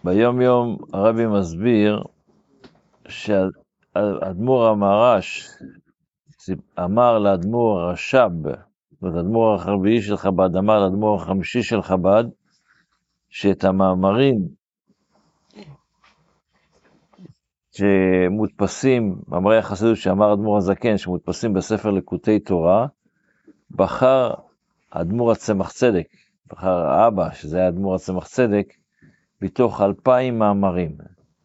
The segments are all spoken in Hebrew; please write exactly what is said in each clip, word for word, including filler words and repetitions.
ביום יום הרבי מסביר שהאדמו"ר המהר"ש אמר לאדמו"ר הרש"ב, האדמו"ר הרביעי של חב"ד אמר לאדמו"ר החמישי של חב"ד, שאת המאמרים שמודפסים, מאמרי החסידות שאמר אדמו"ר הזקן, שמודפסים בספר ליקוטי תורה, בחר אדמו"ר הצמח צדק, בחר האבא, שזה היה אדמו"ר הצמח צדק, בתוך אלפיים מאמרים.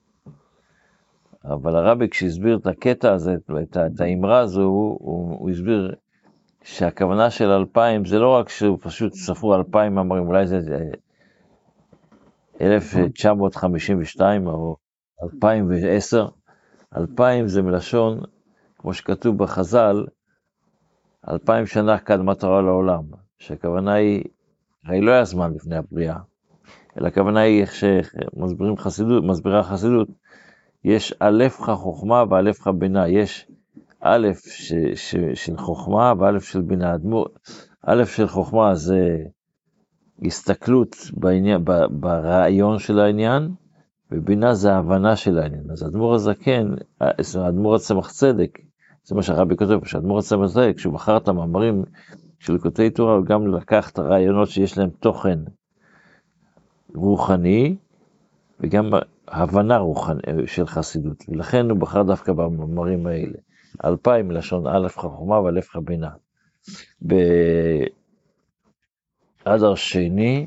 אבל הרבי כשהסביר את הקטע הזה, את, את האמרה הזו, הוא, הוא, הוא הסביר שהכוונה של אלפיים זה לא רק שהוא פשוט ספרו אלפיים מאמרים, אולי זה אלף תשע מאות חמישים ושתיים או אלפיים ועשר, אלפיים זה מלשון, כמו שכתוב בחז"ל, אלפיים שנה קדמת תורה לעולם, שהכוונה היא, הרי לא היה זמן לפני הבריאה, אלא הכוונה היא איך שמסבירים חסידות, מסבירה חסידות, יש א' חוכמה וא' בינה, יש א' ש, ש, של חוכמה וא' של בינה. א' של חוכמה זה הסתכלות בעניין, ברעיון של העניין, ובינה זה ההבנה של העניין. אז האדמו"ר הזקן, האדמו"ר הצמח צדק, זה מה שהרבי כותב, שהאדמו"ר הצמח צדק, כשהוא בחר את המאמרים של ליקוטי תורה, הוא גם לקח את הרעיונות שיש להם תוכן רוחני, וגם הבנה רוחני של חסידות, ולכן הוא בחר דווקא במאמרים האלה. אלפיים מלשון א' חוכמה וא' בינה. באדר שני,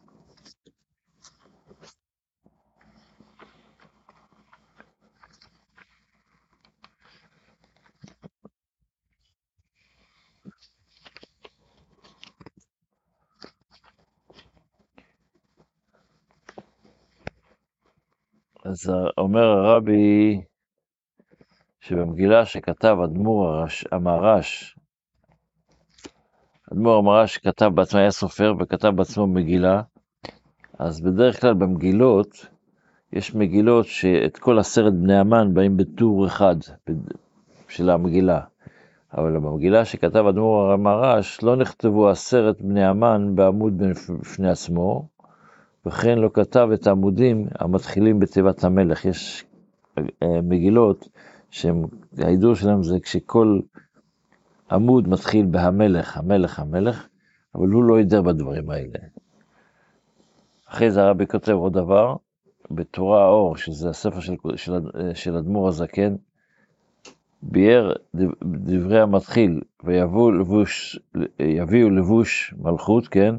אז אומר הרבי שבמגילה שכתב אדמו"ר המהר"ש, אדמו"ר המהר"ש כתב בעצמו, היה סופר וכתב בעצמו מגילה, אז בדרך כלל במגילות, יש מגילות שאת כל עשרת בני המן באים בטור אחד של המגילה, אבל במגילה שכתב אדמו"ר המהר"ש לא נכתבו עשרת בני המן בעמוד בפני עצמו, וכן לא כתב את העמודים המתחילים בתיבת המלך. יש מגילות שההידור שלהם זה כשכל עמוד מתחיל בהמלך, המלך, המלך, אבל הוא לא ידר בדברים האלה. אחרי זה הרבי כותב עוד דבר, בתורה האור, שזה הספר של, של, של אדמו"ר הזקן, ביאר דברי המתחיל, ויביאו לבוש, יביאו לבוש מלכות, כן?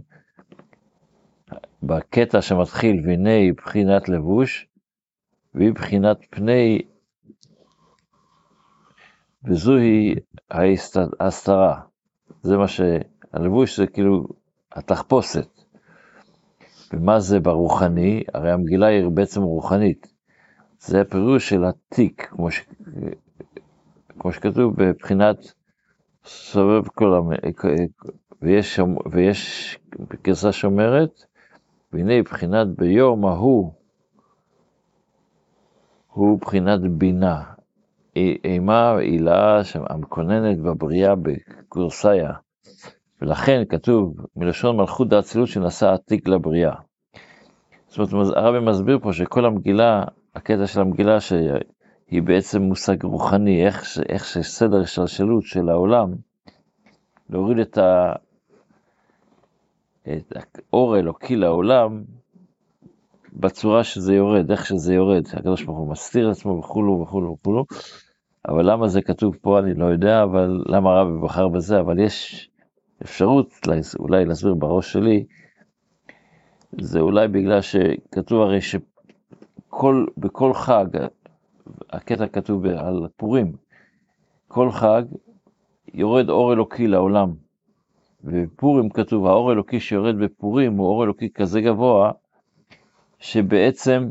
בקטע שמתחיל, והנה בחינת לבוש, והיא בחינת פני, וזוהי ההסתרה. זה מה שהלבוש זה כאילו התחפושת. ומה זה ברוחני? הרי המגילה היא בעצם רוחנית. זה הפירוש של התיק, כמו, ש... כמו שכתוב בבחינת סובב כל המ... ויש, ויש גרסה שאומרת, והנה בחינת ביום ההוא, הוא בחינת בינה. אימה עילה המקוננת בבריאה בקורסאיה. ולכן כתוב מלשון מלכות האצילות שנשא עתיק לבריאה. זאת אומרת, הרבי מסביר פה שכל המגילה, הקטע של המגילה שהיא בעצם מושג רוחני, איך, איך שסדר השלשלות של העולם, להוריד את, ה, את האור האלוקי לעולם, בצורה שזה יורד, איך שזה יורד, הקדוש ברוך הוא מסתיר את עצמו וכולו וכולו וכולו, אבל למה זה כתוב פה אני לא יודע, אבל למה הרבי בחר בזה, אבל יש אפשרות אולי להסביר בראש שלי, זה אולי בגלל שכתוב הרי שכל, בכל חג, הקטע כתוב על פורים, כל חג יורד אור אלוקי לעולם, ובפורים כתוב, האור אלוקי שיורד בפורים הוא אור אלוקי כזה גבוה, שבעצם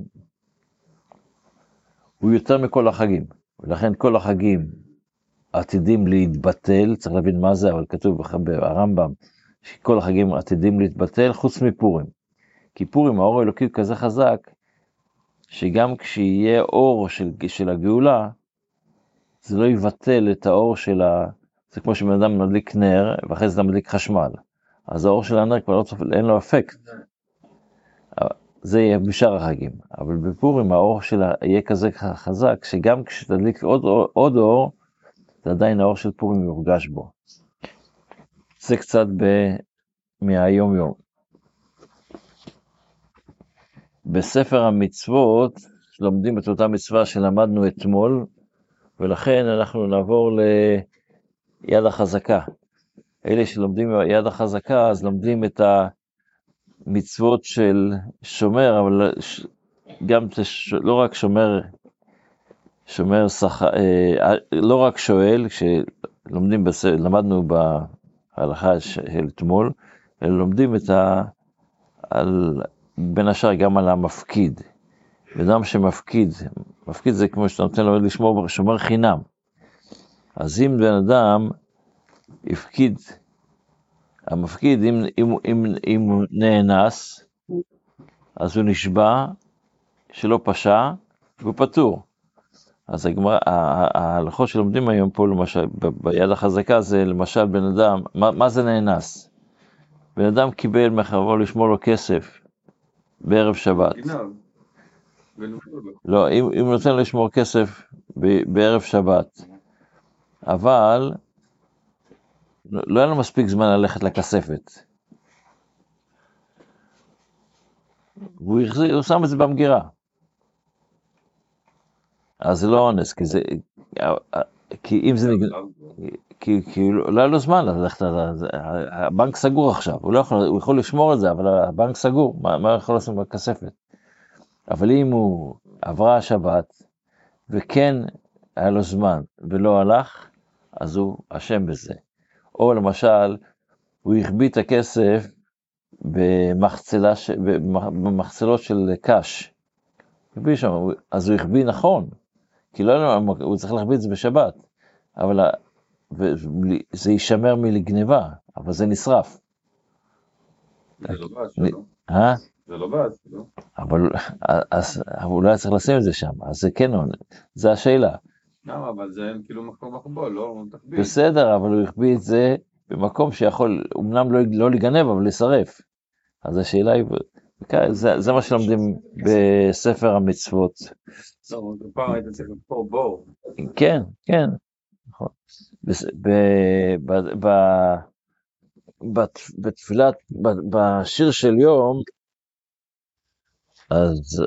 הוא יותר מכל החגים, ולכן כל החגים עתידים להתבטל, צריך להבין מה זה, אבל כתוב ברמב"ם, שכל החגים עתידים להתבטל חוץ מפורים. כי פורים, האור האלוקי כזה חזק, שגם כשיהיה אור של, של הגאולה, זה לא יבטל את האור של ה... זה כמו שבן אדם מדליק נר, ואחרי זה מדליק חשמל. אז האור של הנר כבר לא, אין לו אפקט. זה יהיה בשאר החגים, אבל בפורים האור שלה יהיה כזה חזק, שגם כשתדליק עוד, עוד אור, זה עדיין האור של פורים יורגש בו. זה קצת ב... מהיום יום. בספר המצוות, לומדים את אותה מצווה שלמדנו אתמול, ולכן אנחנו נעבור ליד החזקה. אלה שלומדים יד החזקה, אז לומדים את המצוות של שומר, אבל גם לא רק שומר, שומר שח... לא רק שואל, כשלומדים, בס... למדנו בהלכה של אתמול, אלא לומדים את ה... על... בין השאר גם על המפקיד. אדם שמפקיד, מפקיד זה כמו שאתה נותן לו לשמור, שומר חינם. אז אם בן אדם יפקיד, המפקיד, אם, אם, אם, אם הוא נאנס, אז הוא נשבע שלא פשע, והוא פטור. אז הגמרא, ההלכות שלומדים היום פה, למשל, ביד החזקה זה למשל בן אדם, מה, מה זה נאנס? בן אדם קיבל מחרבו לשמור לו כסף בערב שבת. לא, אם, אם נותן לו לשמור כסף בערב שבת, אבל לא היה לו מספיק זמן ללכת לכספת. והוא החזיר, הוא שם את זה במגירה. אז זה לא אונס, כי זה, כי אם זה נגנב, כי, כי לא היה לו זמן ללכת, הבנק סגור עכשיו, הוא לא יכול, הוא יכול לשמור את זה, אבל הבנק סגור, מה, מה יכול לעשות בכספת? אבל אם הוא עברה השבת, וכן היה לו זמן ולא הלך, אז הוא אשם בזה. או למשל, הוא החביא את הכסף במחצלה, במחצלות של קש. אז הוא החביא נכון, כי לא, הוא צריך להחביא את זה בשבת, אבל זה יישמר מלגניבה, אבל זה נשרף. זה לא בעץ, לא? אה? זה לא בעץ, לא? אבל הוא לא היה צריך לשים את זה שם, אז זה כן, זה השאלה. למה? אבל זה כאילו מקום מחבוא, לא תחביא. בסדר, אבל הוא החביא את זה במקום שיכול, אמנם לא, לא לגנב, אבל לשרף. אז השאלה היא, זה, זה מה שלומדים בספר המצוות. לא, פעם היית צריך לפור בור. כן, כן. נכון. בתפילת, בשיר של יום, אז,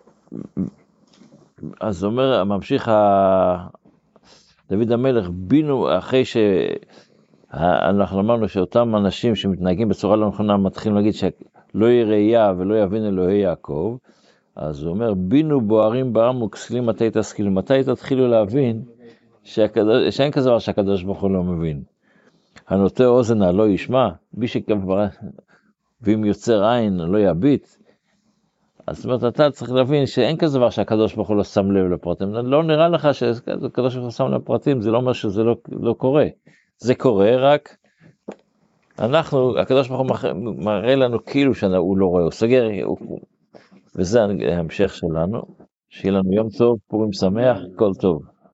אז אומר, ממשיך דוד המלך, בינו, אחרי שאנחנו אמרנו שאותם אנשים שמתנהגים בצורה לא נכונה, מתחילים להגיד שלא יראיה ולא יבין אלוהי יעקב, אז הוא אומר, בינו בוערים בעם וכסלים מתי תשכילו, מתי תתחילו להבין שהקדוש, שאין כזה דבר שהקדוש ברוך הוא לא מבין. הנוטה אוזן לא ישמע, בי שכבר, ואם יוצר עין לא יביט. אז זאת אומרת, אתה צריך להבין שאין כזה דבר שהקדוש ברוך הוא לא שם לב לפרטים. לא נראה לך שהקדוש ברוך הוא שם לב לפרטים, זה לא אומר שזה לא, לא קורה. זה קורה, רק אנחנו, הקדוש ברוך הוא מראה לנו כאילו שהוא לא רואה, הוא סגר, הוא, וזה ההמשך שלנו. שיהיה לנו יום טוב, פורים שמח, כל טוב.